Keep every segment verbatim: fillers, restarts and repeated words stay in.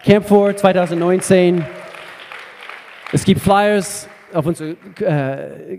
Camp vier zwanzig neunzehn. Es gibt Flyers auf unsere äh,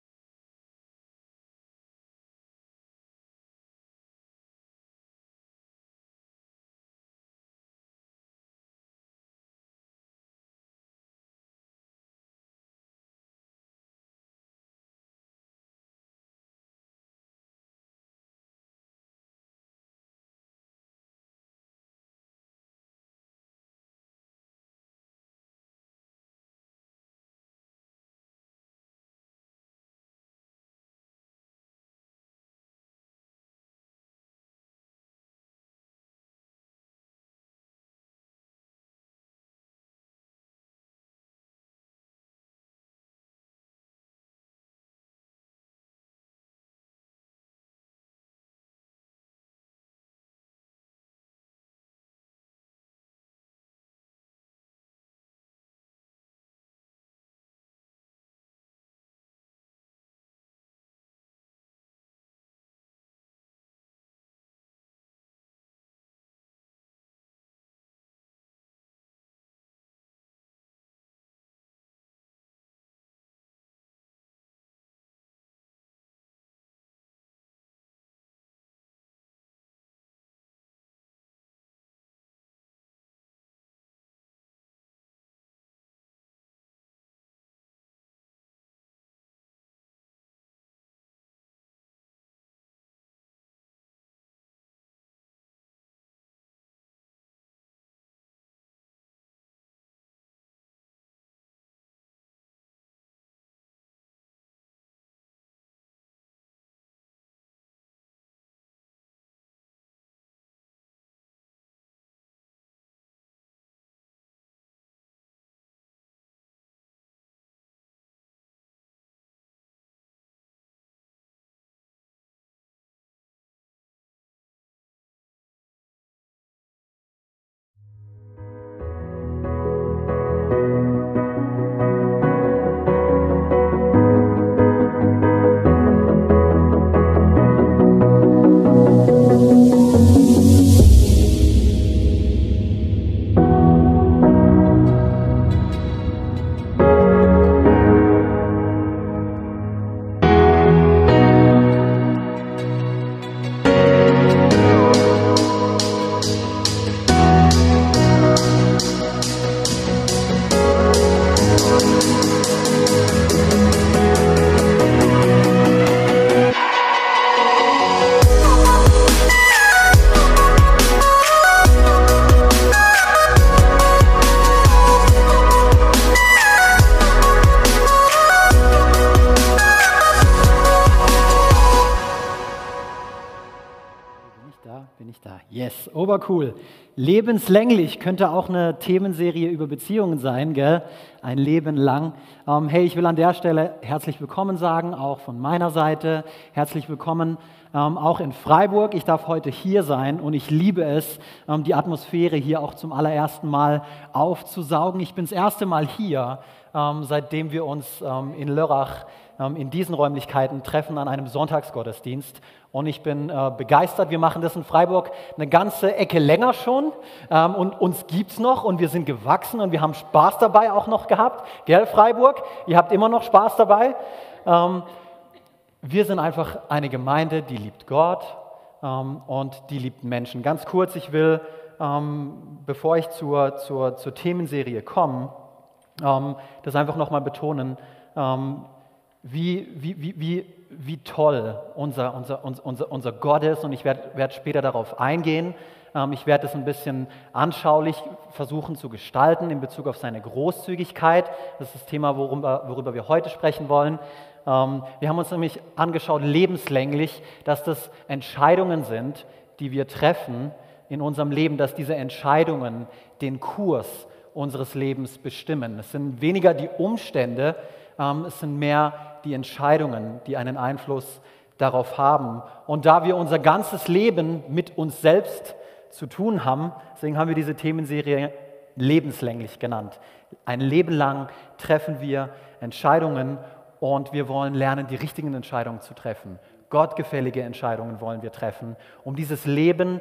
Yes, obercool. Lebenslänglich könnte auch eine Themenserie über Beziehungen sein, gell? Ein Leben lang. Ähm, hey, ich will an der Stelle herzlich willkommen sagen, auch von meiner Seite. Herzlich willkommen ähm, auch in Freiburg. Ich darf heute hier sein und ich liebe es, ähm, die Atmosphäre hier auch zum allerersten Mal aufzusaugen. Ich bin das erste Mal hier, ähm, seitdem wir uns ähm, in Lörrach ähm, in diesen Räumlichkeiten treffen an einem Sonntagsgottesdienst. Und ich bin äh, begeistert. Wir machen das in Freiburg eine ganze Ecke länger schon. Ähm, und uns gibt es noch und wir sind gewachsen und wir haben Spaß dabei auch noch gehabt. Gell, Freiburg? Ihr habt immer noch Spaß dabei. Ähm, wir sind einfach eine Gemeinde, die liebt Gott ähm, und die liebt Menschen. Ganz kurz, ich will, ähm, bevor ich zur, zur, zur Themenserie komme, ähm, das einfach nochmal betonen, ähm, wie, wie, wie, wie wie toll unser, unser, unser, unser Gott ist, und ich werde werd später darauf eingehen. Ähm, ich werde das ein bisschen anschaulich versuchen zu gestalten in Bezug auf seine Großzügigkeit. Das ist das Thema, worüber, worüber wir heute sprechen wollen. Ähm, wir haben uns nämlich angeschaut, lebenslänglich, dass das Entscheidungen sind, die wir treffen in unserem Leben, dass diese Entscheidungen den Kurs unseres Lebens bestimmen. Es sind weniger die Umstände, ähm, es sind mehr die Entscheidungen, die einen Einfluss darauf haben. Und da wir unser ganzes Leben mit uns selbst zu tun haben, deswegen haben wir diese Themenserie lebenslänglich genannt. Ein Leben lang treffen wir Entscheidungen und wir wollen lernen, die richtigen Entscheidungen zu treffen. Gottgefällige Entscheidungen wollen wir treffen, um dieses Leben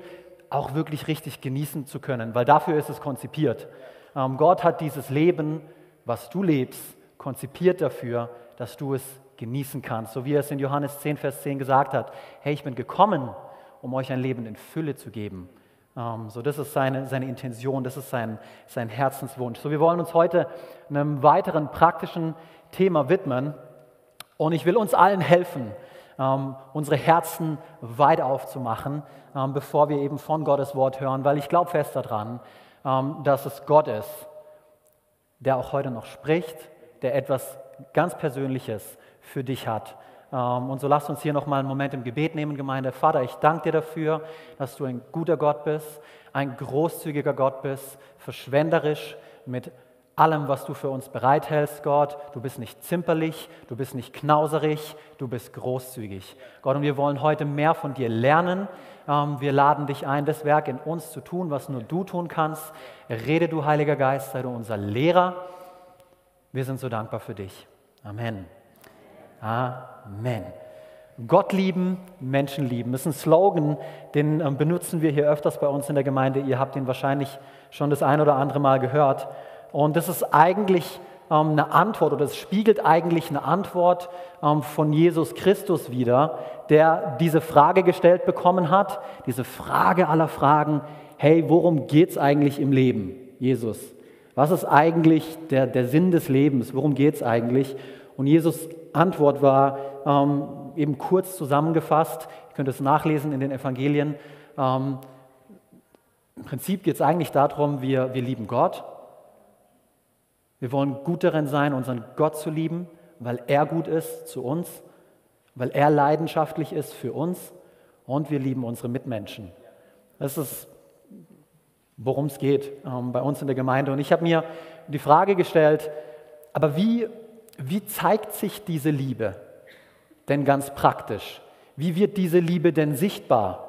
auch wirklich richtig genießen zu können, weil dafür ist es konzipiert. Ähm, Gott hat dieses Leben, was du lebst, konzipiert dafür, dass du es genießen kannst. So wie er es in Johannes zehn, Vers zehn gesagt hat. Hey, ich bin gekommen, um euch ein Leben in Fülle zu geben. Ähm, so, das ist seine, seine Intention, das ist sein, sein Herzenswunsch. So, wir wollen uns heute einem weiteren praktischen Thema widmen. Und ich will uns allen helfen, ähm, unsere Herzen weit aufzumachen, ähm, bevor wir eben von Gottes Wort hören, weil ich glaube fest daran, ähm, dass es Gott ist, der auch heute noch spricht, der etwas ganz Persönliches für dich hat. Ähm, und so lasst uns hier nochmal einen Moment im Gebet nehmen, Gemeinde. Vater, ich danke dir dafür, dass du ein guter Gott bist, ein großzügiger Gott bist, verschwenderisch mit allem, was du für uns bereithältst, Gott. Du bist nicht zimperlich, du bist nicht knauserig, du bist großzügig. Gott, und wir wollen heute mehr von dir lernen. Wir laden dich ein, das Werk in uns zu tun, was nur du tun kannst. Rede du, Heiliger Geist, sei du unser Lehrer. Wir sind so dankbar für dich. Amen. Amen. Gott lieben, Menschen lieben. Das ist ein Slogan, den benutzen wir hier öfters bei uns in der Gemeinde. Ihr habt ihn wahrscheinlich schon das ein oder andere Mal gehört. Und das ist eigentlich ähm, eine Antwort, oder es spiegelt eigentlich eine Antwort ähm, von Jesus Christus wider, der diese Frage gestellt bekommen hat, diese Frage aller Fragen, hey, worum geht es eigentlich im Leben, Jesus? Was ist eigentlich der, der Sinn des Lebens? Worum geht es eigentlich? Und Jesus' Antwort war ähm, eben kurz zusammengefasst, ihr könnt es nachlesen in den Evangelien, ähm, im Prinzip geht es eigentlich darum, wir, wir lieben Gott. Wir wollen gut darin sein, unseren Gott zu lieben, weil er gut ist zu uns, weil er leidenschaftlich ist für uns und wir lieben unsere Mitmenschen. Das ist, worum es geht ähm, bei uns in der Gemeinde. Und ich habe mir die Frage gestellt, aber wie, wie zeigt sich diese Liebe denn ganz praktisch? Wie wird diese Liebe denn sichtbar?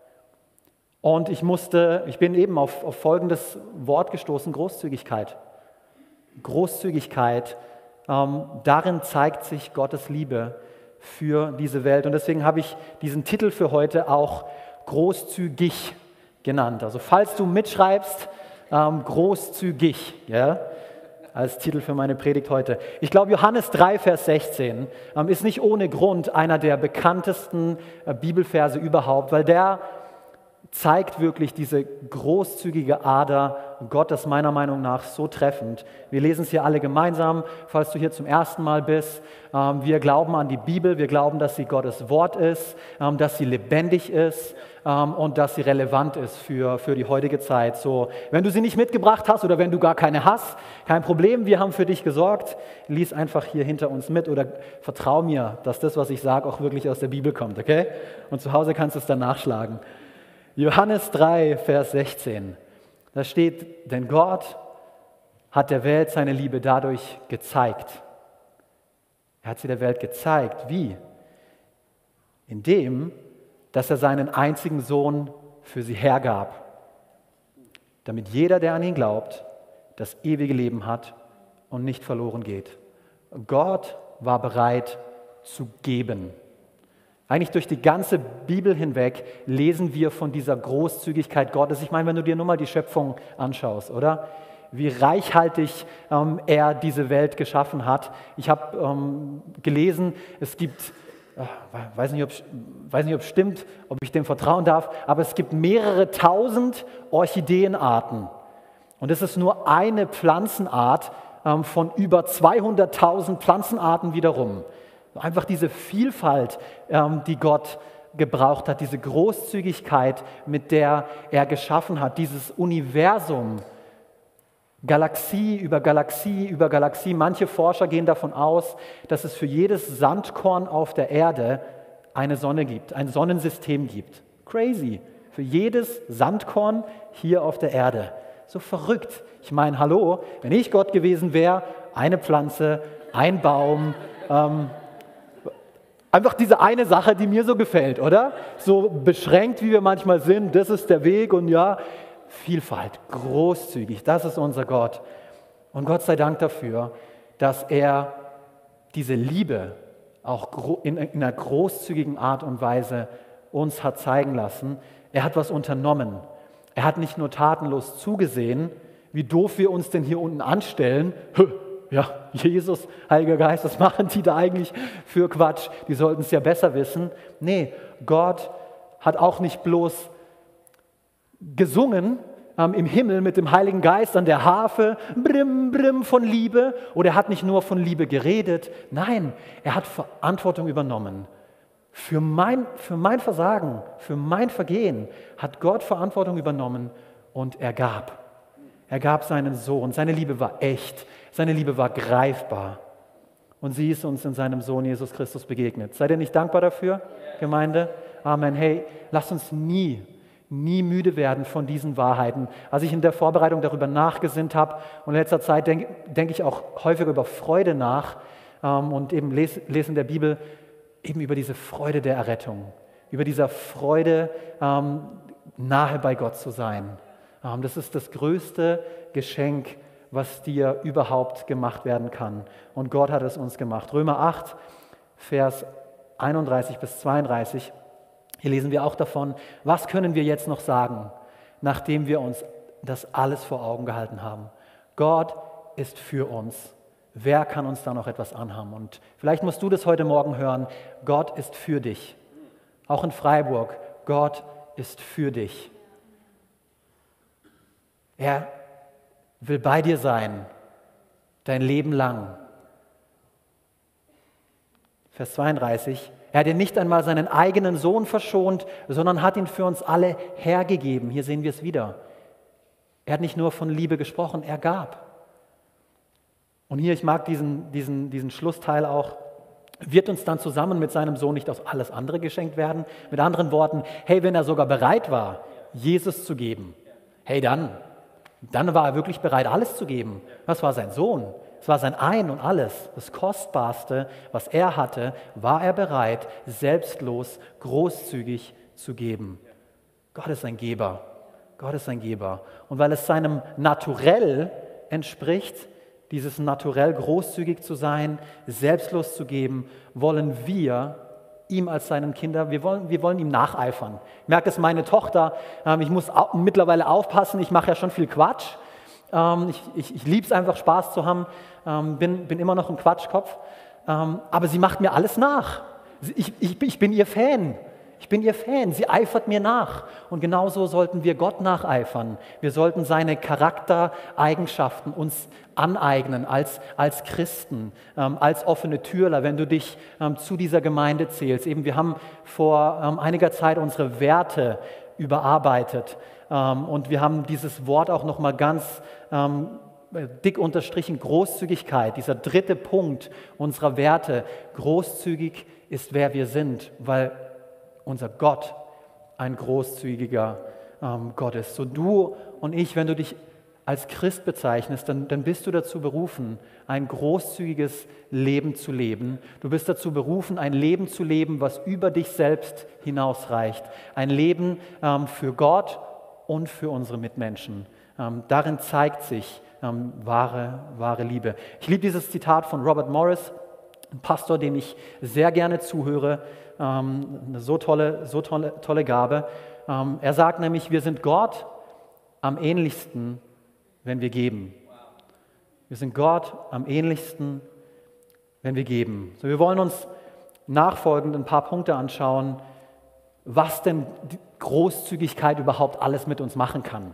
Und ich musste, ich bin eben auf, auf folgendes Wort gestoßen, Großzügigkeit. Großzügigkeit, ähm, darin zeigt sich Gottes Liebe für diese Welt. Und deswegen habe ich diesen Titel für heute auch großzügig genannt. Also falls du mitschreibst, ähm, großzügig, ja, als Titel für meine Predigt heute. Ich glaube, Johannes drei, Vers sechzehn ähm, ist nicht ohne Grund einer der bekanntesten äh, Bibelverse überhaupt, weil der zeigt wirklich diese großzügige Ader Gottes meiner Meinung nach so treffend. Wir lesen es hier alle gemeinsam, falls du hier zum ersten Mal bist. Wir glauben an die Bibel, wir glauben, dass sie Gottes Wort ist, dass sie lebendig ist und dass sie relevant ist für, für die heutige Zeit. So, wenn du sie nicht mitgebracht hast oder wenn du gar keine hast, kein Problem, wir haben für dich gesorgt. Lies einfach hier hinter uns mit oder vertrau mir, dass das, was ich sage, auch wirklich aus der Bibel kommt, okay? Und zu Hause kannst du es dann nachschlagen. Johannes drei, Vers sechzehn, da steht, denn Gott hat der Welt seine Liebe dadurch gezeigt. Er hat sie der Welt gezeigt. Wie? Indem, dass er seinen einzigen Sohn für sie hergab, damit jeder, der an ihn glaubt, das ewige Leben hat und nicht verloren geht. Gott war bereit zu geben. Eigentlich durch die ganze Bibel hinweg lesen wir von dieser Großzügigkeit Gottes. Ich meine, wenn du dir nur mal die Schöpfung anschaust, oder? Wie reichhaltig ähm, er diese Welt geschaffen hat. Ich habe ähm, gelesen, es gibt, äh, weiß nicht, ob weiß nicht, ob es stimmt, ob ich dem vertrauen darf, aber es gibt mehrere tausend Orchideenarten. Und es ist nur eine Pflanzenart ähm, von über zweihunderttausend Pflanzenarten wiederum. Einfach diese Vielfalt, ähm, die Gott gebraucht hat, diese Großzügigkeit, mit der er geschaffen hat, dieses Universum, Galaxie über Galaxie über Galaxie. Manche Forscher gehen davon aus, dass es für jedes Sandkorn auf der Erde eine Sonne gibt, ein Sonnensystem gibt. Crazy. Für jedes Sandkorn hier auf der Erde. So verrückt. Ich meine, hallo, wenn ich Gott gewesen wäre, eine Pflanze, ein Baum, ähm, einfach diese eine Sache, die mir so gefällt, oder? So beschränkt, wie wir manchmal sind, das ist der Weg und ja, Vielfalt, großzügig, das ist unser Gott. Und Gott sei Dank dafür, dass er diese Liebe auch in einer großzügigen Art und Weise uns hat zeigen lassen. er hat was unternommen. Er hat nicht nur tatenlos zugesehen, wie doof wir uns denn hier unten anstellen. Ja, Jesus, Heiliger Geist, was machen die da eigentlich für Quatsch? Die sollten es ja besser wissen. Nee, Gott hat auch nicht bloß gesungen ähm, im Himmel mit dem Heiligen Geist an der Harfe, brim, brim von Liebe, oder er hat nicht nur von Liebe geredet. Nein, er hat Verantwortung übernommen. Für mein, für mein Versagen, für mein Vergehen hat Gott Verantwortung übernommen und er gab. Er gab seinen Sohn. Seine Liebe war echt. Seine Liebe war greifbar. Und sie ist uns in seinem Sohn Jesus Christus begegnet. Seid ihr nicht dankbar dafür, Gemeinde? Amen. Hey, lasst uns nie, nie müde werden von diesen Wahrheiten. Als ich in der Vorbereitung darüber nachgesinnt habe und in letzter Zeit denke denk ich auch häufiger über Freude nach ähm, und eben lese, lese in der Bibel eben über diese Freude der Errettung, über diese Freude, ähm, nahe bei Gott zu sein. Ähm, das ist das größte Geschenk, was dir überhaupt gemacht werden kann. Und Gott hat es uns gemacht. Römer acht, Vers einunddreißig bis zweiunddreißig. Hier lesen wir auch davon, was können wir jetzt noch sagen, nachdem wir uns das alles vor Augen gehalten haben? Gott ist für uns. Wer kann uns da noch etwas anhaben? Und vielleicht musst du das heute Morgen hören. Gott ist für dich. Auch in Freiburg. Gott ist für dich. Er will bei dir sein, dein Leben lang. Vers zweiunddreißig. Er hat dir nicht einmal seinen eigenen Sohn verschont, sondern hat ihn für uns alle hergegeben. Hier sehen wir es wieder. Er hat nicht nur von Liebe gesprochen, er gab. Und hier, ich mag diesen, diesen, diesen Schlussteil auch, wird uns dann zusammen mit seinem Sohn nicht auch alles andere geschenkt werden? Mit anderen Worten, hey, wenn er sogar bereit war, Jesus zu geben, hey, dann, dann war er wirklich bereit, alles zu geben. Das war sein Sohn, es war sein Ein und Alles. Das Kostbarste, was er hatte, war er bereit, selbstlos, großzügig zu geben. Gott ist ein Geber, Gott ist ein Geber. Und weil es seinem Naturell entspricht, dieses Naturell großzügig zu sein, selbstlos zu geben, wollen wir ihm als seinen Kinder, wir wollen, wir wollen ihm nacheifern. Ich merke es, meine Tochter, ähm, ich muss au- mittlerweile aufpassen, ich mache ja schon viel Quatsch. Ähm, ich ich, ich liebe es einfach, Spaß zu haben, ähm, bin, bin immer noch ein Quatschkopf, ähm, aber sie macht mir alles nach. Ich, ich, ich bin ihr Fan. Ich bin ihr Fan, sie eifert mir nach. Und genauso sollten wir Gott nacheifern. Wir sollten seine Charaktereigenschaften uns aneignen als, als Christen, ähm, als offene Türler, wenn du dich ähm, zu dieser Gemeinde zählst. Eben, wir haben vor ähm, einiger Zeit unsere Werte überarbeitet ähm, und wir haben dieses Wort auch nochmal ganz ähm, dick unterstrichen, Großzügigkeit, dieser dritte Punkt unserer Werte. Großzügig ist, wer wir sind, weil unser Gott ein großzügiger ähm, Gott ist. So du und ich, wenn du dich als Christ bezeichnest, dann, dann bist du dazu berufen, ein großzügiges Leben zu leben. Du bist dazu berufen, ein Leben zu leben, was über dich selbst hinausreicht. Ein Leben ähm, für Gott und für unsere Mitmenschen. Ähm, darin zeigt sich ähm, wahre, wahre Liebe. Ich liebe dieses Zitat von Robert Morris, ein Pastor, dem ich sehr gerne zuhöre. Ähm, eine so tolle, so tolle, tolle Gabe. Ähm, er sagt nämlich, wir sind Gott am ähnlichsten, wenn wir geben. Wir sind Gott am ähnlichsten, wenn wir geben. So, wir wollen uns nachfolgend ein paar Punkte anschauen, was denn die Großzügigkeit überhaupt alles mit uns machen kann.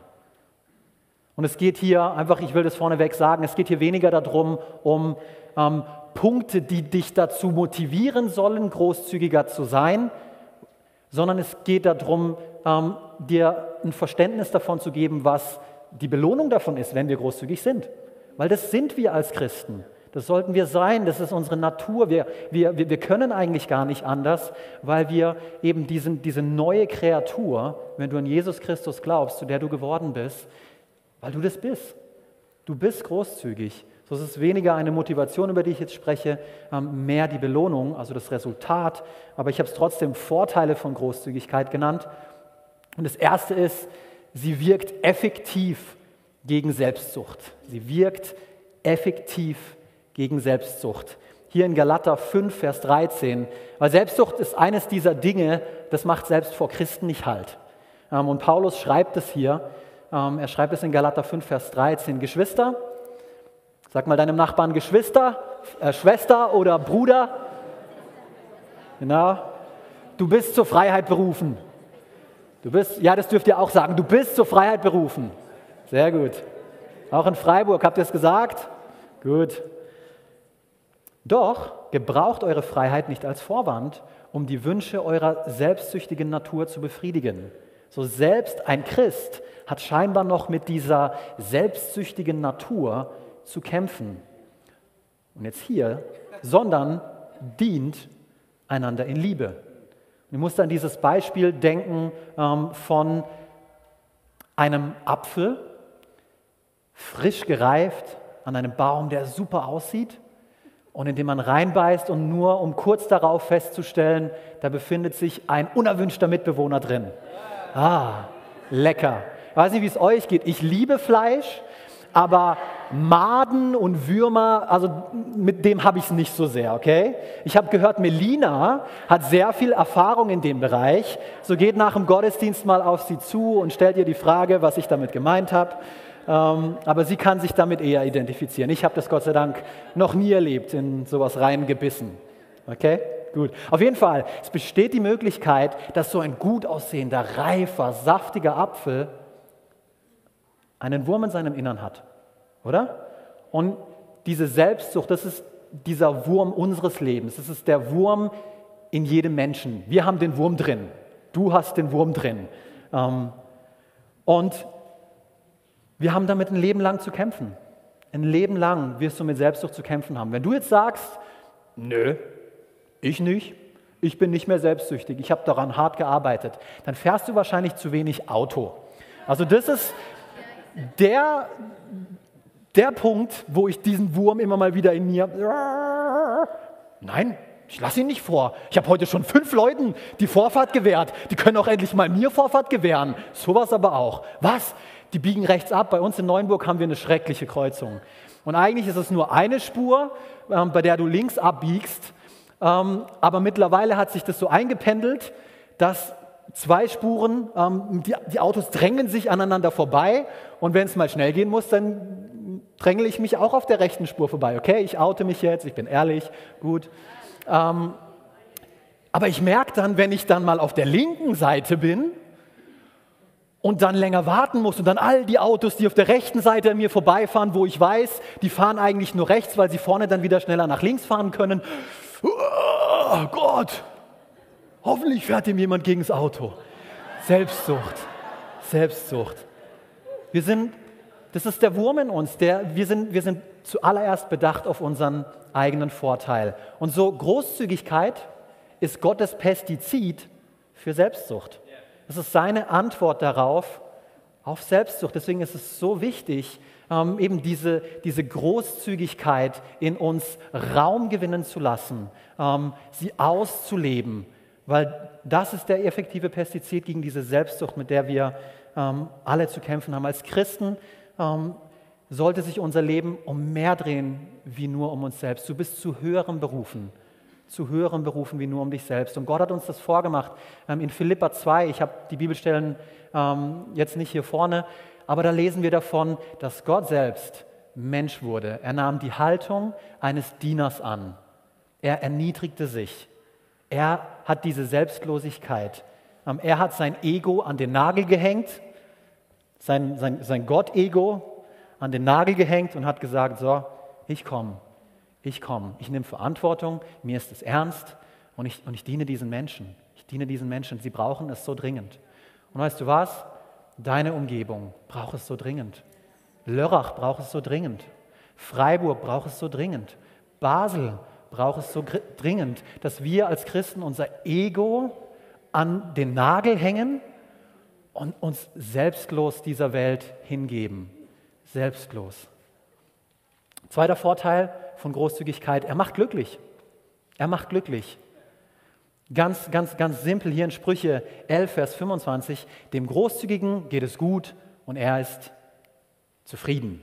Und es geht hier einfach, ich will das vorneweg sagen, es geht hier weniger darum, um ähm, Punkte, die dich dazu motivieren sollen, großzügiger zu sein, sondern es geht darum, ähm, dir ein Verständnis davon zu geben, was die Belohnung davon ist, wenn wir großzügig sind. Weil das sind wir als Christen. Das sollten wir sein, das ist unsere Natur. Wir, wir, wir können eigentlich gar nicht anders, weil wir eben diesen, diese neue Kreatur, wenn du an Jesus Christus glaubst, zu der du geworden bist, weil du das bist. Du bist großzügig. So ist es weniger eine Motivation, über die ich jetzt spreche, mehr die Belohnung, also das Resultat. Aber ich habe es trotzdem Vorteile von Großzügigkeit genannt. Und das Erste ist, sie wirkt effektiv gegen Selbstsucht. Sie wirkt effektiv gegen Selbstsucht. Hier in Galater fünf, Vers dreizehn. Weil Selbstsucht ist eines dieser Dinge, das macht selbst vor Christen nicht halt. Ähm, und Paulus schreibt es hier, ähm, er schreibt es in Galater fünf, Vers dreizehn, Geschwister, sag mal deinem Nachbarn Geschwister, äh, Schwester oder Bruder, genau, du bist zur Freiheit berufen. Du bist, ja, das dürft ihr auch sagen, du bist zur Freiheit berufen. Sehr gut. Auch in Freiburg, habt ihr es gesagt? Gut. Doch gebraucht eure Freiheit nicht als Vorwand, um die Wünsche eurer selbstsüchtigen Natur zu befriedigen. So selbst ein Christ hat scheinbar noch mit dieser selbstsüchtigen Natur zu kämpfen. Und jetzt hier, sondern dient einander in Liebe. Ich musste an dieses Beispiel denken ähm, von einem Apfel, frisch gereift, an einem Baum, der super aussieht und in den man reinbeißt und nur um kurz darauf festzustellen, da befindet sich ein unerwünschter Mitbewohner drin. Ah, lecker. Ich weiß nicht, wie es euch geht. Ich liebe Fleisch, aber Maden und Würmer, also mit dem habe ich es nicht so sehr, okay? Ich habe gehört, Melina hat sehr viel Erfahrung in dem Bereich. So geht nach dem Gottesdienst mal auf sie zu und stellt ihr die Frage, was ich damit gemeint habe. Ähm, aber sie kann sich damit eher identifizieren. Ich habe das Gott sei Dank noch nie erlebt, in sowas reingebissen. Okay? Gut. Auf jeden Fall, es besteht die Möglichkeit, dass so ein gut aussehender, reifer, saftiger Apfel einen Wurm in seinem Innern hat, oder? Und diese Selbstsucht, das ist dieser Wurm unseres Lebens. Das ist der Wurm in jedem Menschen. Wir haben den Wurm drin. Du hast den Wurm drin. Und wir haben damit ein Leben lang zu kämpfen. Ein Leben lang wirst du mit Selbstsucht zu kämpfen haben. Wenn du jetzt sagst, nö, ich nicht, ich bin nicht mehr selbstsüchtig, ich habe daran hart gearbeitet, dann fährst du wahrscheinlich zu wenig Auto. Also das ist der, der Punkt, wo ich diesen Wurm immer mal wieder in mir... Nein, ich lasse ihn nicht vor. Ich habe heute schon fünf Leuten die Vorfahrt gewährt. Die können auch endlich mal mir Vorfahrt gewähren. Sowas aber auch. Was? Die biegen rechts ab. Bei uns in Neuenburg haben wir eine schreckliche Kreuzung. Und eigentlich ist es nur eine Spur, ähm, bei der du links abbiegst. Ähm, aber mittlerweile hat sich das so eingependelt, dass zwei Spuren, ähm, die, die Autos drängen sich aneinander vorbei. Und wenn es mal schnell gehen muss, dann drängele ich mich auch auf der rechten Spur vorbei. Okay, ich oute mich jetzt, ich bin ehrlich, gut. Ähm, aber ich merke dann, wenn ich dann mal auf der linken Seite bin und dann länger warten muss und dann all die Autos, die auf der rechten Seite an mir vorbeifahren, wo ich weiß, die fahren eigentlich nur rechts, weil sie vorne dann wieder schneller nach links fahren können. Oh Gott, hoffentlich fährt ihm jemand gegen das Auto. Selbstsucht, Selbstsucht. Wir sind, das ist der Wurm in uns, der, wir, sind, wir sind zuallererst bedacht auf unseren eigenen Vorteil. Und so Großzügigkeit ist Gottes Pestizid für Selbstsucht. Das ist seine Antwort darauf, auf Selbstsucht. Deswegen ist es so wichtig, ähm, eben diese, diese Großzügigkeit in uns Raum gewinnen zu lassen, ähm, sie auszuleben, weil das ist der effektive Pestizid gegen diese Selbstsucht, mit der wir ähm, alle zu kämpfen haben. Als Christen ähm, sollte sich unser Leben um mehr drehen, wie nur um uns selbst. Du bist zu höherem berufen, zu höherem berufen, wie nur um dich selbst. Und Gott hat uns das vorgemacht. Ähm, in Philipper zwei, ich habe die Bibelstellen ähm, jetzt nicht hier vorne, aber da lesen wir davon, dass Gott selbst Mensch wurde. Er nahm die Haltung eines Dieners an. Er erniedrigte sich. Er hat diese Selbstlosigkeit. Ähm, er hat sein Ego an den Nagel gehängt, sein, sein, sein Gott-Ego an den Nagel gehängt und hat gesagt, so, ich komme, ich komme, ich nehme Verantwortung, mir ist es ernst und ich, und ich diene diesen Menschen. Ich diene diesen Menschen, sie brauchen es so dringend. Und weißt du was? Deine Umgebung braucht es so dringend. Lörrach braucht es so dringend. Freiburg braucht es so dringend. Basel braucht es so dringend, dass wir als Christen unser Ego an den Nagel hängen und uns selbstlos dieser Welt hingeben. Selbstlos. Zweiter Vorteil von Großzügigkeit, er macht glücklich. Er macht glücklich. Ganz, ganz, ganz simpel hier in Sprüche elf, Vers fünfundzwanzig. Dem Großzügigen geht es gut und er ist zufrieden.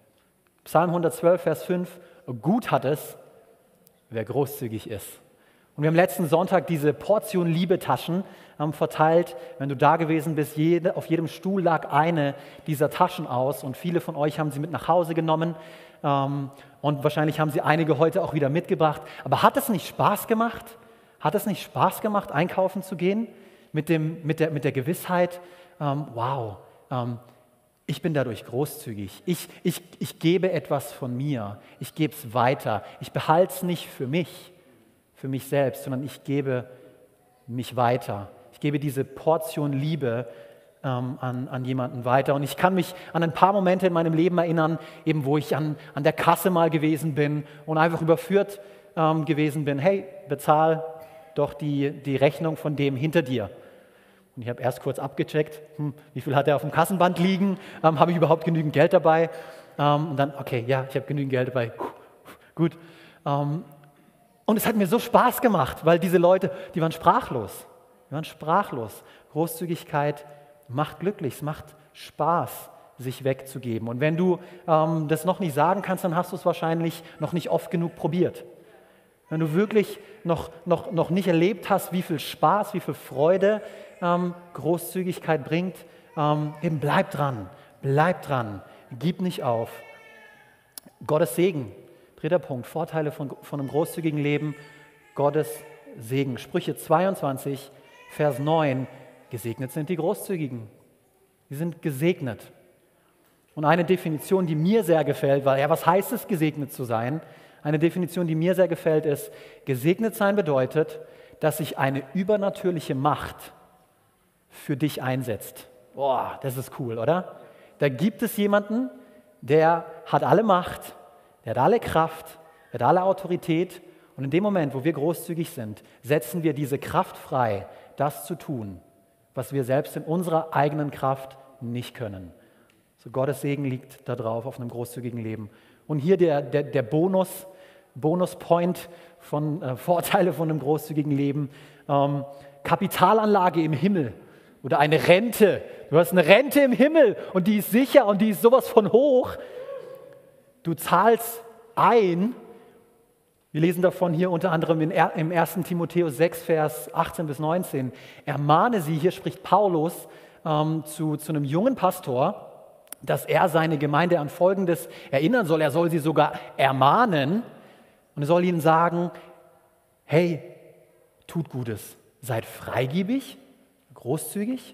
Psalm hundertzwölf, Vers fünf. Gut hat es, wer großzügig ist. Und wir haben letzten Sonntag diese Portion Liebe-Taschen ähm, verteilt. Wenn du da gewesen bist, jede, auf jedem Stuhl lag eine dieser Taschen aus und viele von euch haben sie mit nach Hause genommen ähm, und wahrscheinlich haben sie einige heute auch wieder mitgebracht. Aber hat es nicht Spaß gemacht? Hat es nicht Spaß gemacht, einkaufen zu gehen mit, dem, mit, der, mit der Gewissheit, ähm, wow, ähm, ich bin dadurch großzügig. Ich, ich, ich gebe etwas von mir. Ich gebe es weiter. Ich behalte es nicht für mich, für mich selbst, sondern ich gebe mich weiter. Ich gebe diese Portion Liebe ähm, an, an jemanden weiter. Und ich kann mich an ein paar Momente in meinem Leben erinnern, eben wo ich an, an der Kasse mal gewesen bin und einfach überführt ähm, gewesen bin. Hey, bezahl doch die, die Rechnung von dem hinter dir. Und ich habe erst kurz abgecheckt, hm, wie viel hat er auf dem Kassenband liegen, ähm, habe ich überhaupt genügend Geld dabei? Ähm, und dann, okay, ja, ich habe genügend Geld dabei, Puh, gut. Ähm, und es hat mir so Spaß gemacht, weil diese Leute, die waren sprachlos, die waren sprachlos. Großzügigkeit macht glücklich, es macht Spaß, sich wegzugeben. Und wenn du ähm, das noch nicht sagen kannst, dann hast du es wahrscheinlich noch nicht oft genug probiert. Wenn du wirklich noch, noch, noch nicht erlebt hast, wie viel Spaß, wie viel Freude ähm, Großzügigkeit bringt, ähm, eben bleib dran, bleib dran, gib nicht auf. Gottes Segen, dritter Punkt, Vorteile von, von einem großzügigen Leben, Gottes Segen. Sprüche zweiundzwanzig, Vers neun, gesegnet sind die Großzügigen. Die sind gesegnet. Und eine Definition, die mir sehr gefällt, weil, ja, was heißt es, gesegnet zu sein? Eine Definition, die mir sehr gefällt, ist, gesegnet sein bedeutet, dass sich eine übernatürliche Macht für dich einsetzt. Boah, das ist cool, oder? Da gibt es jemanden, der hat alle Macht, der hat alle Kraft, der hat alle Autorität. Und in dem Moment, wo wir großzügig sind, setzen wir diese Kraft frei, das zu tun, was wir selbst in unserer eigenen Kraft nicht können. So Gottes Segen liegt da drauf auf einem großzügigen Leben. Und hier der, der, der Bonus, Bonus-Point von äh, Vorteile von einem großzügigen Leben. Ähm, Kapitalanlage im Himmel oder eine Rente. Du hast eine Rente im Himmel und die ist sicher und die ist sowas von hoch. Du zahlst ein. Wir lesen davon hier unter anderem in, im ersten Timotheus sechs, Vers achtzehn bis neunzehn. Ermahne sie, hier spricht Paulus ähm, zu, zu einem jungen Pastor, dass er seine Gemeinde an Folgendes erinnern soll. Er soll sie sogar ermahnen und er soll ihnen sagen, hey, tut Gutes, seid freigebig, großzügig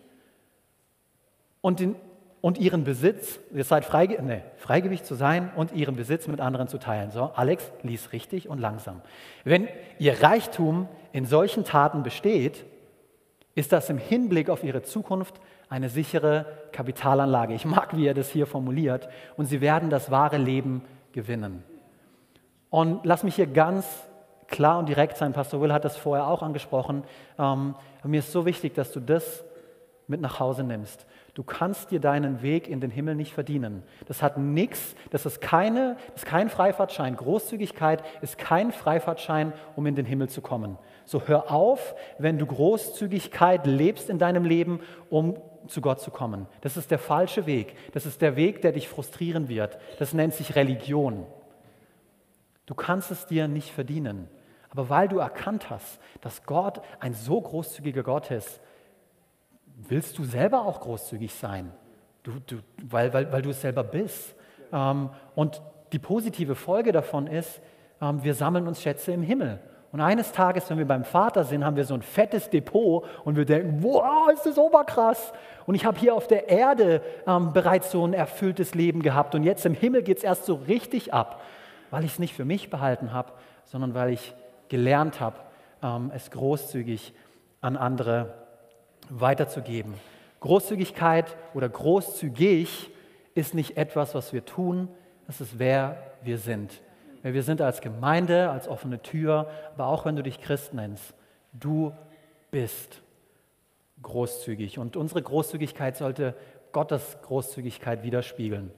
und, den, und ihren Besitz, ihr seid freige, nee, freigebig zu sein und ihren Besitz mit anderen zu teilen. So, Alex, lies richtig und langsam. Wenn ihr Reichtum in solchen Taten besteht, ist das im Hinblick auf ihre Zukunft eine sichere Kapitalanlage. Ich mag, wie er das hier formuliert. Und sie werden das wahre Leben gewinnen. Und lass mich hier ganz klar und direkt sein. Pastor Will hat das vorher auch angesprochen. Ähm, mir ist so wichtig, dass du das mit nach Hause nimmst. Du kannst dir deinen Weg in den Himmel nicht verdienen. Das hat nichts, das ist, keine, das ist kein Freifahrtschein. Großzügigkeit ist kein Freifahrtschein, um in den Himmel zu kommen. So hör auf, wenn du Großzügigkeit lebst in deinem Leben, um zu Gott zu kommen. Das ist der falsche Weg. Das ist der Weg, der dich frustrieren wird. Das nennt sich Religion. Du kannst es dir nicht verdienen. Aber weil du erkannt hast, dass Gott ein so großzügiger Gott ist, willst du selber auch großzügig sein, du, du, weil, weil, weil du es selber bist. Ähm, und die positive Folge davon ist, ähm, wir sammeln uns Schätze im Himmel. Und eines Tages, wenn wir beim Vater sind, haben wir so ein fettes Depot und wir denken, wow, ist das oberkrass. Und ich habe hier auf der Erde ähm, bereits so ein erfülltes Leben gehabt und jetzt im Himmel geht es erst so richtig ab, weil ich es nicht für mich behalten habe, sondern weil ich gelernt habe, ähm, es großzügig an andere weiterzugeben. Großzügigkeit oder großzügig ist nicht etwas, was wir tun, es ist, wer wir sind. Wer wir sind als Gemeinde, als offene Tür, aber auch wenn du dich Christ nennst, du bist großzügig. Und unsere Großzügigkeit sollte Gottes Großzügigkeit widerspiegeln.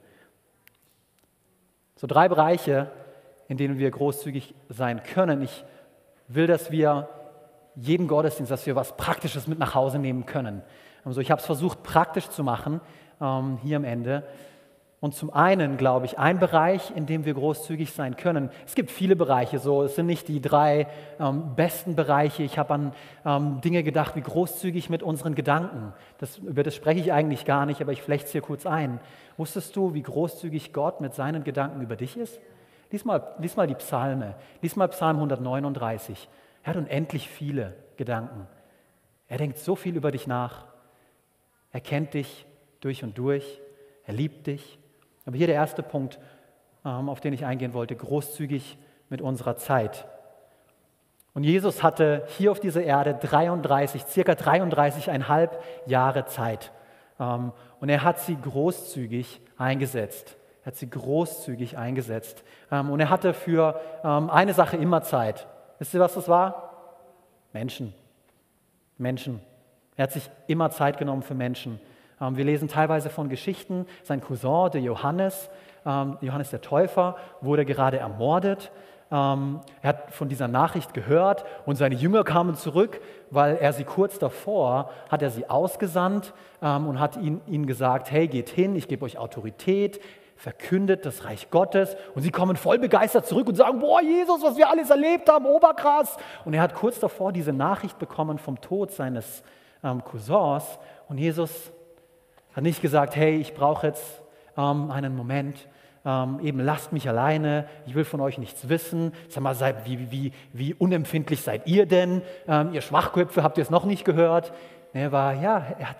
So drei Bereiche, in denen wir großzügig sein können. Ich will, dass wir jeden Gottesdienst, dass wir was Praktisches mit nach Hause nehmen können. Also ich habe es versucht, praktisch zu machen, ähm, hier am Ende. Und zum einen, glaube ich, ein Bereich, in dem wir großzügig sein können. Es gibt viele Bereiche, so es sind nicht die drei ähm, besten Bereiche. Ich habe an ähm, Dinge gedacht, wie großzügig mit unseren Gedanken. Das, über das spreche ich eigentlich gar nicht, aber ich flechte es hier kurz ein. Wusstest du, wie großzügig Gott mit seinen Gedanken über dich ist? Lies mal, lies mal die Psalme. Lies mal Psalm hundertneununddreißig. Er hat unendlich viele Gedanken. Er denkt so viel über dich nach. Er kennt dich durch und durch. Er liebt dich. Aber hier der erste Punkt, auf den ich eingehen wollte, großzügig mit unserer Zeit. Und Jesus hatte hier auf dieser Erde dreiunddreißig, circa dreiunddreißigeinhalb Jahre Zeit. Und er hat sie großzügig eingesetzt. Er hat sie großzügig eingesetzt. Und er hatte für eine Sache immer Zeit. Wisst ihr, was das war? Menschen. Menschen. Er hat sich immer Zeit genommen für Menschen. Wir lesen teilweise von Geschichten, sein Cousin, der Johannes, Johannes der Täufer, wurde gerade ermordet. Er hat von dieser Nachricht gehört und seine Jünger kamen zurück, weil er sie kurz davor, hat er sie ausgesandt und hat ihnen, ihnen gesagt, hey, geht hin, ich gebe euch Autorität, verkündet das Reich Gottes. Und sie kommen voll begeistert zurück und sagen, boah, Jesus, was wir alles erlebt haben, oberkrass. Und er hat kurz davor diese Nachricht bekommen vom Tod seines ähm, Cousins. Und Jesus hat nicht gesagt, hey, ich brauche jetzt ähm, einen Moment, ähm, eben lasst mich alleine, ich will von euch nichts wissen. Sag mal, seid, wie, wie, wie unempfindlich seid ihr denn? Ähm, ihr Schwachköpfe, habt ihr es noch nicht gehört? Er war, ja, er hat,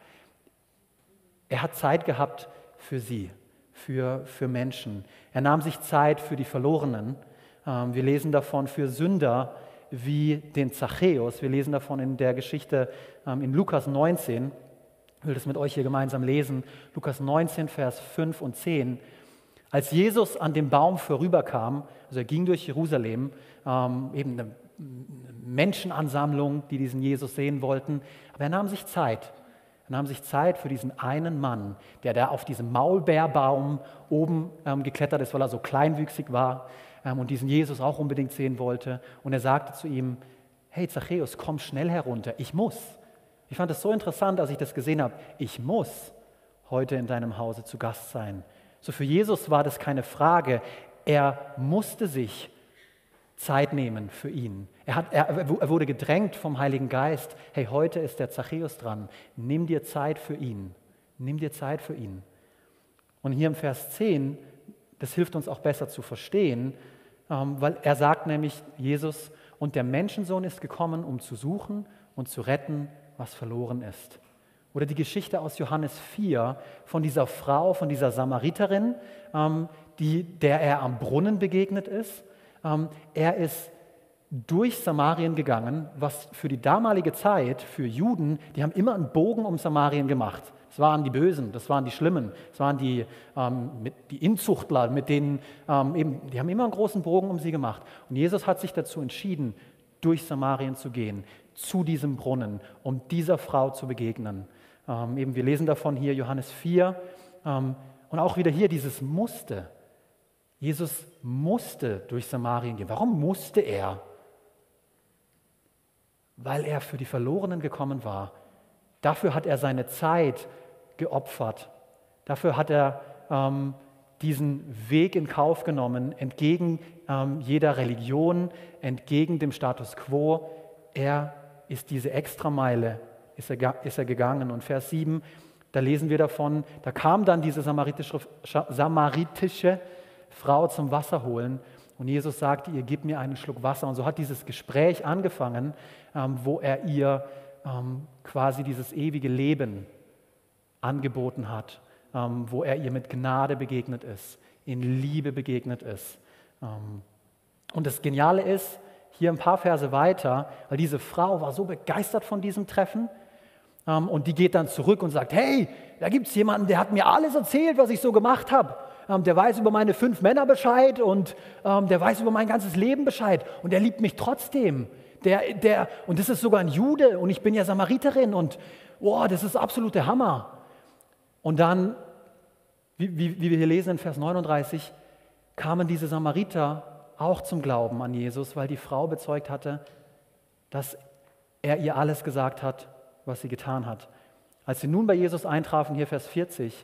er hat Zeit gehabt für sie, für, für Menschen. Er nahm sich Zeit für die Verlorenen. Ähm, wir lesen davon für Sünder wie den Zachäus. Wir lesen davon in der Geschichte ähm, in Lukas neunzehn. Ich will das mit euch hier gemeinsam lesen. Lukas neunzehn, Vers fünf und zehn. Als Jesus an dem Baum vorüberkam, also er ging durch Jerusalem, ähm, eben eine Menschenansammlung, die diesen Jesus sehen wollten, aber er nahm sich Zeit. Er nahm sich Zeit für diesen einen Mann, der da auf diesem Maulbeerbaum oben ähm, geklettert ist, weil er so kleinwüchsig war ähm, und diesen Jesus auch unbedingt sehen wollte. Und er sagte zu ihm, hey Zachäus, komm schnell herunter, ich muss. Ich fand es so interessant, als ich das gesehen habe. Ich muss heute in deinem Hause zu Gast sein. So für Jesus war das keine Frage. Er musste sich Zeit nehmen für ihn. Er, hat, er, er wurde gedrängt vom Heiligen Geist. Hey, heute ist der Zachäus dran. Nimm dir Zeit für ihn. Nimm dir Zeit für ihn. Und hier im Vers zehn, das hilft uns auch besser zu verstehen, ähm, weil er sagt nämlich, Jesus, und der Menschensohn ist gekommen, um zu suchen und zu retten, was verloren ist. Oder die Geschichte aus Johannes vier von dieser Frau, von dieser Samariterin, ähm, die, der er am Brunnen begegnet ist. Ähm, er ist durch Samarien gegangen, was für die damalige Zeit, für Juden, die haben immer einen Bogen um Samarien gemacht. Das waren die Bösen, das waren die Schlimmen, das waren die, ähm, mit, die Inzuchtler, mit denen ähm, eben, die haben immer einen großen Bogen um sie gemacht. Und Jesus hat sich dazu entschieden, durch Samarien zu gehen, zu diesem Brunnen, um dieser Frau zu begegnen. Ähm, eben, wir lesen davon hier Johannes vier ähm, und auch wieder hier dieses Musste. Jesus musste durch Samarien gehen. Warum musste er? Weil er für die Verlorenen gekommen war. Dafür hat er seine Zeit geopfert. Dafür hat er ähm, diesen Weg in Kauf genommen, entgegen ähm, jeder Religion, entgegen dem Status quo. Er ist diese Extrameile, ist er, ist er gegangen. Und Vers sieben, da lesen wir davon, da kam dann diese samaritische, samaritische Frau zum Wasser holen und Jesus sagte ihr, gib mir einen Schluck Wasser. Und so hat dieses Gespräch angefangen, ähm, wo er ihr ähm, quasi dieses ewige Leben angeboten hat, ähm, wo er ihr mit Gnade begegnet ist, in Liebe begegnet ist. Ähm, und das Geniale ist, hier ein paar Verse weiter, weil diese Frau war so begeistert von diesem Treffen ähm, und die geht dann zurück und sagt, hey, da gibt es jemanden, der hat mir alles erzählt, was ich so gemacht habe. Ähm, der weiß über meine fünf Männer Bescheid und ähm, der weiß über mein ganzes Leben Bescheid und der liebt mich trotzdem. Der, der, und das ist sogar ein Jude und ich bin ja Samariterin und wow, das ist absolut der Hammer. Und dann, wie, wie, wie wir hier lesen in Vers neununddreißig, kamen diese Samariter auch zum Glauben an Jesus, weil die Frau bezeugt hatte, dass er ihr alles gesagt hat, was sie getan hat. Als sie nun bei Jesus eintrafen, hier Vers vierzig,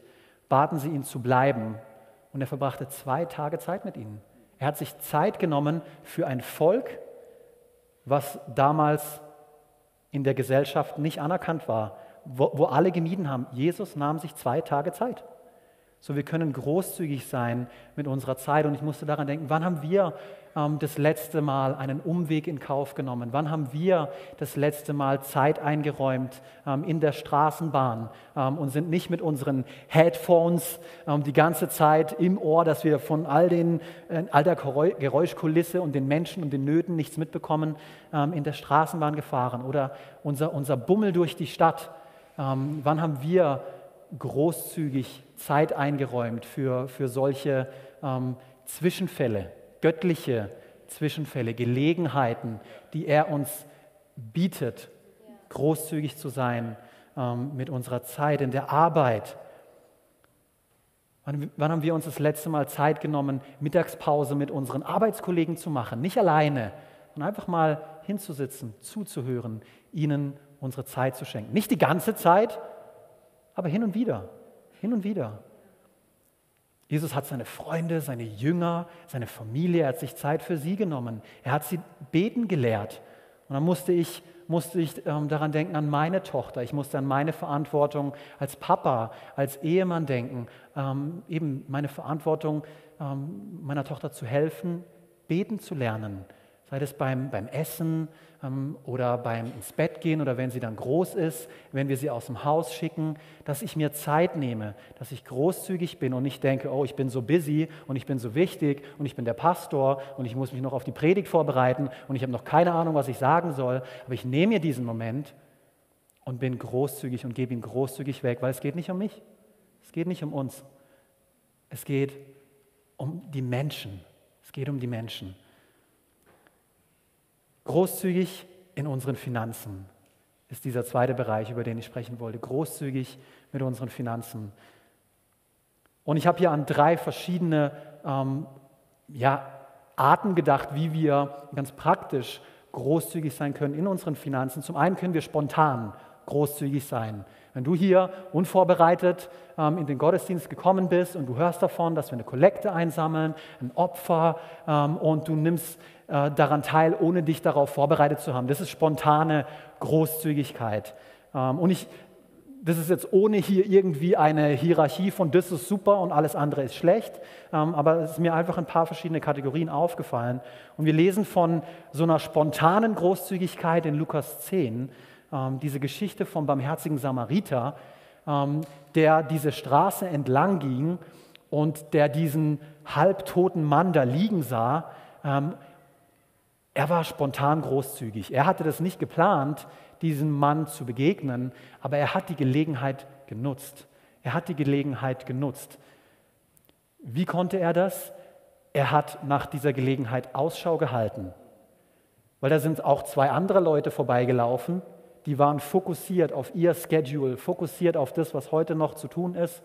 baten sie ihn zu bleiben und er verbrachte zwei Tage Zeit mit ihnen. Er hat sich Zeit genommen für ein Volk, was damals in der Gesellschaft nicht anerkannt war, wo, wo alle gemieden haben. Jesus nahm sich zwei Tage Zeit. So, wir können großzügig sein mit unserer Zeit. Und ich musste daran denken, wann haben wir ähm, das letzte Mal einen Umweg in Kauf genommen? Wann haben wir das letzte Mal Zeit eingeräumt ähm, in der Straßenbahn ähm, und sind nicht mit unseren Headphones ähm, die ganze Zeit im Ohr, dass wir von all, den, äh, all der Geräuschkulisse und den Menschen und den Nöten nichts mitbekommen, ähm, in der Straßenbahn gefahren? Oder unser, unser Bummel durch die Stadt? Ähm, wann haben wir großzügig Zeit eingeräumt für, für solche ähm, Zwischenfälle, göttliche Zwischenfälle, Gelegenheiten, die er uns bietet, großzügig zu sein ähm, mit unserer Zeit in der Arbeit. Wann, wann haben wir uns das letzte Mal Zeit genommen, Mittagspause mit unseren Arbeitskollegen zu machen, nicht alleine, sondern einfach mal hinzusitzen, zuzuhören, ihnen unsere Zeit zu schenken. Nicht die ganze Zeit, aber hin und wieder, hin und wieder. Jesus hat seine Freunde, seine Jünger, seine Familie, er hat sich Zeit für sie genommen. Er hat sie beten gelehrt. Und dann musste ich, musste ich ähm, daran denken, an meine Tochter. Ich musste an meine Verantwortung als Papa, als Ehemann denken. Ähm, eben meine Verantwortung, ähm, meiner Tochter zu helfen, beten zu lernen. Sei das beim, beim Essen ähm, oder beim ins Bett gehen oder wenn sie dann groß ist, wenn wir sie aus dem Haus schicken, dass ich mir Zeit nehme, dass ich großzügig bin und nicht denke, oh, ich bin so busy und ich bin so wichtig und ich bin der Pastor und ich muss mich noch auf die Predigt vorbereiten und ich habe noch keine Ahnung, was ich sagen soll, aber ich nehme mir diesen Moment und bin großzügig und gebe ihn großzügig weg, weil es geht nicht um mich, es geht nicht um uns, es geht um die Menschen, es geht um die Menschen. Großzügig in unseren Finanzen ist dieser zweite Bereich, über den ich sprechen wollte. Großzügig mit unseren Finanzen. Und ich habe hier an drei verschiedene ähm, ja, Arten gedacht, wie wir ganz praktisch großzügig sein können in unseren Finanzen. Zum einen können wir spontan großzügig sein. Wenn du hier unvorbereitet ähm, in den Gottesdienst gekommen bist und du hörst davon, dass wir eine Kollekte einsammeln, ein Opfer ähm, und du nimmst äh, daran teil, ohne dich darauf vorbereitet zu haben. Das ist spontane Großzügigkeit. Ähm, und ich, das ist jetzt ohne hier irgendwie eine Hierarchie von das ist super und alles andere ist schlecht, ähm, aber es ist mir einfach ein paar verschiedene Kategorien aufgefallen. Und wir lesen von so einer spontanen Großzügigkeit in Lukas zehn, ähm, diese Geschichte vom barmherzigen Samariter, ähm, der diese Straße entlang ging und der diesen halbtoten Mann da liegen sah. Ähm, er war spontan großzügig. Er hatte das nicht geplant, diesem Mann zu begegnen, aber er hat die Gelegenheit genutzt. Er hat die Gelegenheit genutzt. Wie konnte er das? Er hat nach dieser Gelegenheit Ausschau gehalten, weil da sind auch zwei andere Leute vorbeigelaufen, die waren fokussiert auf ihr Schedule, fokussiert auf das, was heute noch zu tun ist,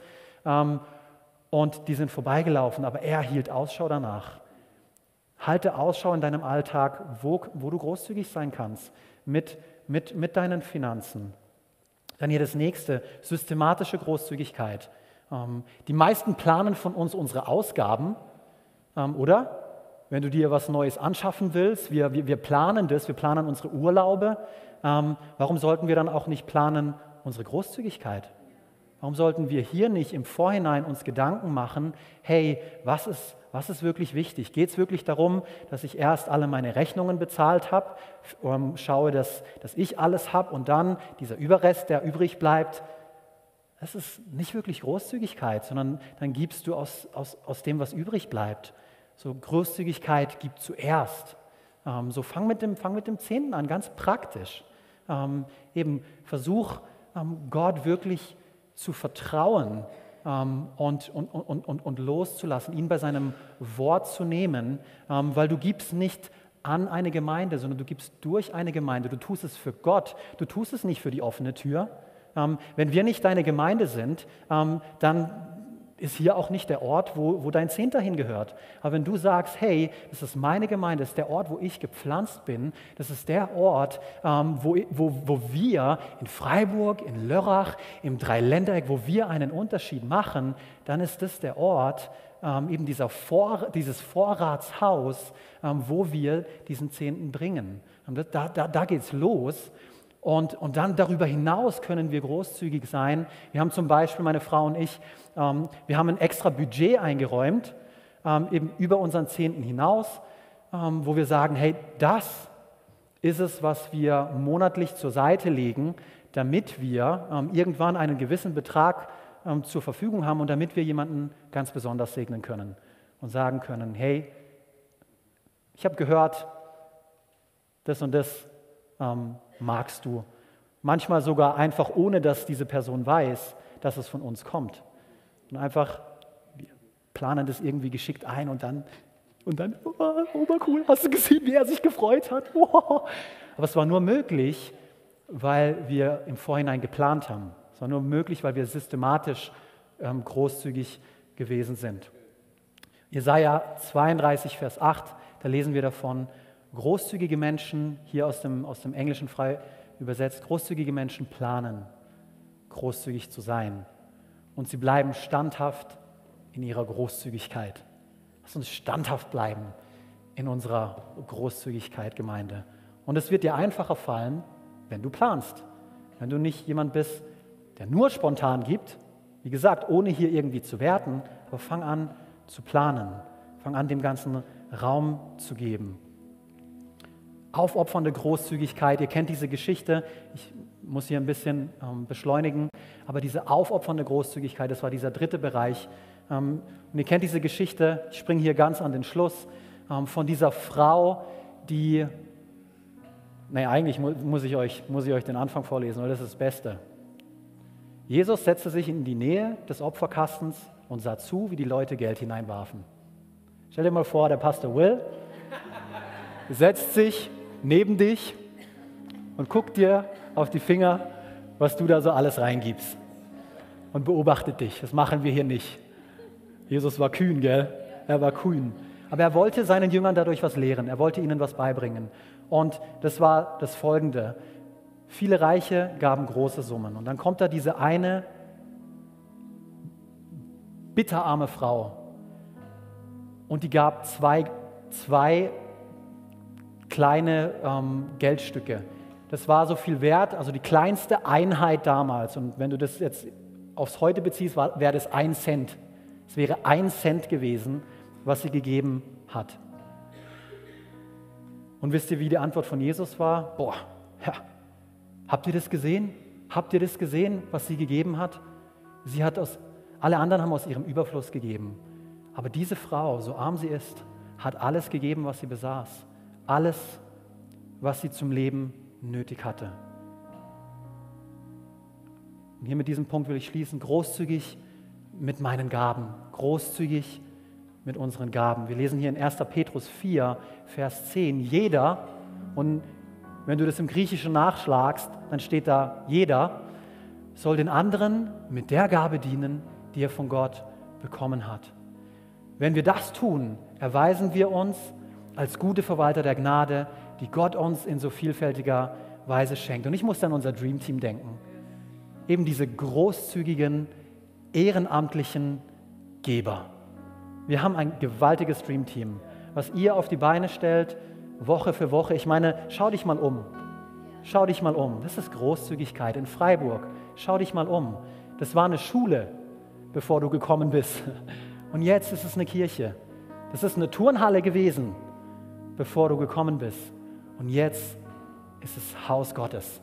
und die sind vorbeigelaufen, aber er hielt Ausschau danach. Halte Ausschau in deinem Alltag, wo, wo du großzügig sein kannst, mit Mit, mit deinen Finanzen. Dann hier das nächste, systematische Großzügigkeit. Ähm, die meisten planen von uns unsere Ausgaben, ähm, oder? Wenn du dir was Neues anschaffen willst, wir, wir, wir planen das, wir planen unsere Urlaube. Ähm, warum sollten wir dann auch nicht planen unsere Großzügigkeit? Warum sollten wir hier nicht im Vorhinein uns Gedanken machen, hey, was ist, was ist wirklich wichtig? Geht es wirklich darum, dass ich erst alle meine Rechnungen bezahlt habe, ähm, schaue, dass, dass ich alles habe und dann dieser Überrest, der übrig bleibt, das ist nicht wirklich Großzügigkeit, sondern dann gibst du aus, aus, aus dem, was übrig bleibt. So Großzügigkeit gibt zuerst. Ähm, so fang mit dem, fang mit dem Zehnten an, ganz praktisch. Ähm, eben versuch, ähm, Gott wirklich zu vertrauen ähm, und, und, und, und, und loszulassen, ihn bei seinem Wort zu nehmen, ähm, weil du gibst nicht an eine Gemeinde, sondern du gibst durch eine Gemeinde. Du tust es für Gott, du tust es nicht für die offene Tür. Ähm, wenn wir nicht deine Gemeinde sind, ähm, dann ist hier auch nicht der Ort, wo, wo dein Zehnter hingehört. Aber wenn du sagst, hey, das ist meine Gemeinde, das ist der Ort, wo ich gepflanzt bin, das ist der Ort, ähm, wo, wo, wo wir in Freiburg, in Lörrach, im Dreiländereck, wo wir einen Unterschied machen, dann ist das der Ort, ähm, eben dieser Vor, dieses Vorratshaus, ähm, wo wir diesen Zehnten bringen. Und da da, da geht es los. Und, und dann darüber hinaus können wir großzügig sein. Wir haben zum Beispiel, meine Frau und ich, ähm, wir haben ein extra Budget eingeräumt, ähm, eben über unseren Zehnten hinaus, ähm, wo wir sagen, hey, das ist es, was wir monatlich zur Seite legen, damit wir ähm, irgendwann einen gewissen Betrag ähm, zur Verfügung haben und damit wir jemanden ganz besonders segnen können und sagen können, hey, ich habe gehört, das und das ähm, magst du. Manchmal sogar einfach, ohne dass diese Person weiß, dass es von uns kommt. Und einfach, wir planen das irgendwie geschickt ein und dann, und dann, oh, obercool, hast du gesehen, wie er sich gefreut hat? Oh. Aber es war nur möglich, weil wir im Vorhinein geplant haben. Es war nur möglich, weil wir systematisch ähm, großzügig gewesen sind. Jesaja zweiunddreißig, Vers acht, da lesen wir davon, großzügige Menschen, hier aus dem, aus dem Englischen frei übersetzt, großzügige Menschen planen, großzügig zu sein. Und sie bleiben standhaft in ihrer Großzügigkeit. Lass uns standhaft bleiben in unserer Großzügigkeit, Gemeinde. Und es wird dir einfacher fallen, wenn du planst. Wenn du nicht jemand bist, der nur spontan gibt, wie gesagt, ohne hier irgendwie zu werten, aber fang an zu planen. Fang an, dem Ganzen Raum zu geben. Aufopfernde Großzügigkeit, ihr kennt diese Geschichte, ich muss hier ein bisschen ähm, beschleunigen, aber diese aufopfernde Großzügigkeit, das war dieser dritte Bereich. Ähm, und ihr kennt diese Geschichte, ich springe hier ganz an den Schluss, ähm, von dieser Frau, die, naja, eigentlich mu muss, ich euch, muss ich euch den Anfang vorlesen, weil das ist das Beste. Jesus setzte sich in die Nähe des Opferkastens und sah zu, wie die Leute Geld hineinwarfen. Stell dir mal vor, der Pastor Will setzt sich neben dich und guckt dir auf die Finger, was du da so alles reingibst und beobachtet dich. Das machen wir hier nicht. Jesus war kühn, gell? Er war kühn. Aber er wollte seinen Jüngern dadurch was lehren. Er wollte ihnen was beibringen. Und das war das Folgende. Viele Reiche gaben große Summen. Und dann kommt da diese eine bitterarme Frau. Und die gab zwei, zwei kleine ähm, Geldstücke. Das war so viel wert, also die kleinste Einheit damals. Und wenn du das jetzt aufs Heute beziehst, wäre das ein Cent. Es wäre ein Cent gewesen, was sie gegeben hat. Und wisst ihr, wie die Antwort von Jesus war? Boah, ja, habt ihr das gesehen? Habt ihr das gesehen, was sie gegeben hat? Sie hat aus, alle anderen haben aus ihrem Überfluss gegeben. Aber diese Frau, so arm sie ist, hat alles gegeben, was sie besaß. Alles, was sie zum Leben nötig hatte. Und hier mit diesem Punkt will ich schließen, großzügig mit meinen Gaben, großzügig mit unseren Gaben. Wir lesen hier in erster Petrus vier, Vers zehn, jeder, und wenn du das im Griechischen nachschlagst, dann steht da, jeder soll den anderen mit der Gabe dienen, die er von Gott bekommen hat. Wenn wir das tun, erweisen wir uns als gute Verwalter der Gnade, die Gott uns in so vielfältiger Weise schenkt. Und ich muss an unser Dream Team denken. Eben diese großzügigen, ehrenamtlichen Geber. Wir haben ein gewaltiges Dream Team, was ihr auf die Beine stellt, Woche für Woche. Ich meine, schau dich mal um. Schau dich mal um. Das ist Großzügigkeit in Freiburg. Schau dich mal um. Das war eine Schule, bevor du gekommen bist. Und jetzt ist es eine Kirche. Das ist eine Turnhalle gewesen, bevor du gekommen bist. Und jetzt ist es Haus Gottes.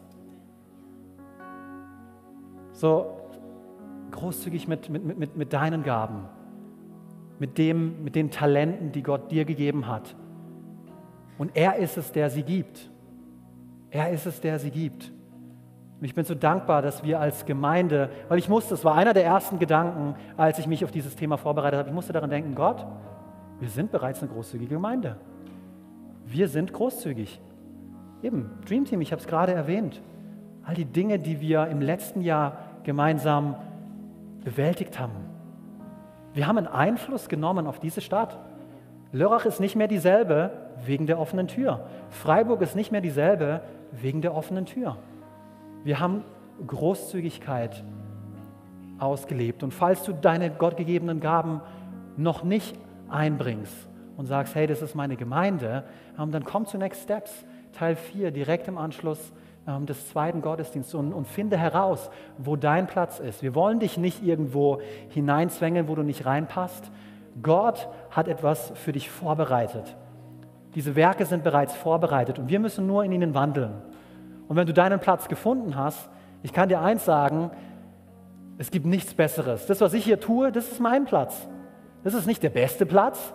So großzügig mit, mit, mit, mit deinen Gaben, mit, dem, mit den Talenten, die Gott dir gegeben hat. Und er ist es, der sie gibt. Er ist es, der sie gibt. Und ich bin so dankbar, dass wir als Gemeinde, weil ich musste, das war einer der ersten Gedanken, als ich mich auf dieses Thema vorbereitet habe, ich musste daran denken, Gott, wir sind bereits eine großzügige Gemeinde. Wir sind großzügig. Eben, Dream Team, ich habe es gerade erwähnt. All die Dinge, die wir im letzten Jahr gemeinsam bewältigt haben. Wir haben einen Einfluss genommen auf diese Stadt. Lörrach ist nicht mehr dieselbe wegen der offenen Tür. Freiburg ist nicht mehr dieselbe wegen der offenen Tür. Wir haben Großzügigkeit ausgelebt. Und falls du deine gottgegebenen Gaben noch nicht einbringst und sagst, hey, das ist meine Gemeinde, dann komm zu Next Steps, Teil vier, direkt im Anschluss des zweiten Gottesdienstes und, und finde heraus, wo dein Platz ist. Wir wollen dich nicht irgendwo hineinzwängen, wo du nicht reinpasst. Gott hat etwas für dich vorbereitet. Diese Werke sind bereits vorbereitet und wir müssen nur in ihnen wandeln. Und wenn du deinen Platz gefunden hast, ich kann dir eins sagen, es gibt nichts Besseres. Das, was ich hier tue, das ist mein Platz. Das ist nicht der beste Platz.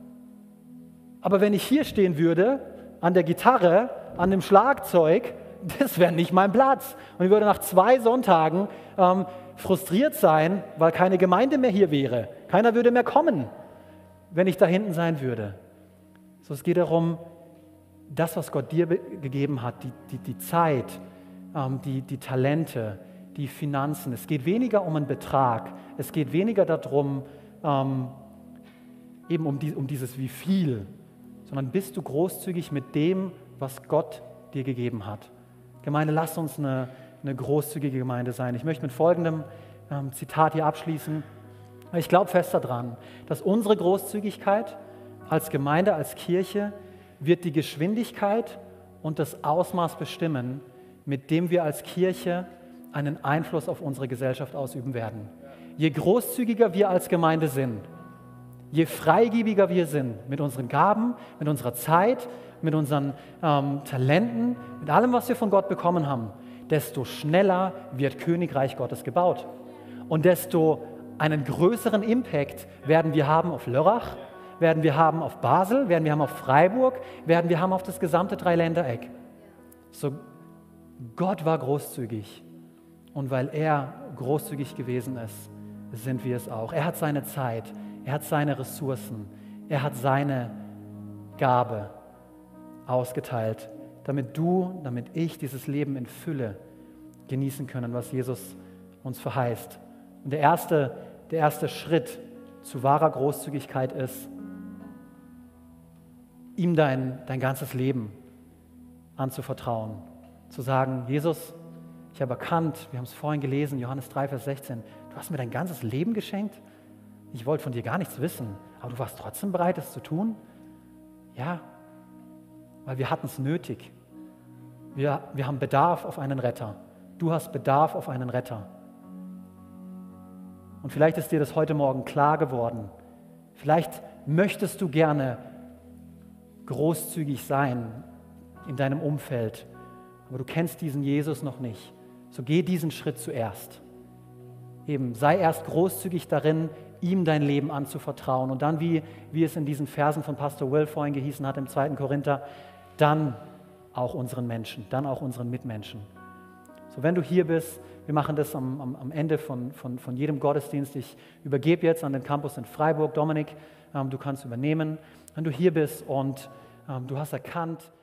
Aber wenn ich hier stehen würde, an der Gitarre, an dem Schlagzeug, das wäre nicht mein Platz. Und ich würde nach zwei Sonntagen ähm, frustriert sein, weil keine Gemeinde mehr hier wäre. Keiner würde mehr kommen, wenn ich da hinten sein würde. So, es geht darum, das, was Gott dir gegeben hat, die, die, die Zeit, ähm, die, die Talente, die Finanzen. Es geht weniger um einen Betrag. Es geht weniger darum, ähm, eben um, die, um dieses wie viel, sondern bist du großzügig mit dem, was Gott dir gegeben hat. Gemeinde, lasst uns eine, eine großzügige Gemeinde sein. Ich möchte mit folgendem ähm, Zitat hier abschließen. Ich glaube fest daran, dass unsere Großzügigkeit als Gemeinde, als Kirche, wird die Geschwindigkeit und das Ausmaß bestimmen, mit dem wir als Kirche einen Einfluss auf unsere Gesellschaft ausüben werden. Je großzügiger wir als Gemeinde sind, je freigebiger wir sind mit unseren Gaben, mit unserer Zeit, mit unseren ähm, Talenten, mit allem, was wir von Gott bekommen haben, desto schneller wird Königreich Gottes gebaut. Und desto einen größeren Impact werden wir haben auf Lörrach, werden wir haben auf Basel, werden wir haben auf Freiburg, werden wir haben auf das gesamte Dreiländereck. So, Gott war großzügig. Und weil er großzügig gewesen ist, sind wir es auch. Er hat seine Zeit, er hat seine Ressourcen, er hat seine Gabe ausgeteilt, damit du, damit ich dieses Leben in Fülle genießen können, was Jesus uns verheißt. Und der erste, der erste Schritt zu wahrer Großzügigkeit ist, ihm dein, dein ganzes Leben anzuvertrauen. Zu sagen, Jesus, ich habe erkannt, wir haben es vorhin gelesen, Johannes drei, Vers sechzehn, du hast mir dein ganzes Leben geschenkt. Ich wollte von dir gar nichts wissen, aber du warst trotzdem bereit, es zu tun? Ja, weil wir hatten es nötig. Wir, wir haben Bedarf auf einen Retter. Du hast Bedarf auf einen Retter. Und vielleicht ist dir das heute Morgen klar geworden. Vielleicht möchtest du gerne großzügig sein in deinem Umfeld, aber du kennst diesen Jesus noch nicht. So geh diesen Schritt zuerst. Eben, sei erst großzügig darin, ihm dein Leben anzuvertrauen. Und dann, wie, wie es in diesen Versen von Pastor Will vorhin gehießen hat, im zweiten Korinther, dann auch unseren Menschen, dann auch unseren Mitmenschen. So, wenn du hier bist, wir machen das am, am, am Ende von, von, von jedem Gottesdienst. Ich übergebe jetzt an den Campus in Freiburg. Dominik, ähm, du kannst übernehmen. Wenn du hier bist und ähm, du hast erkannt,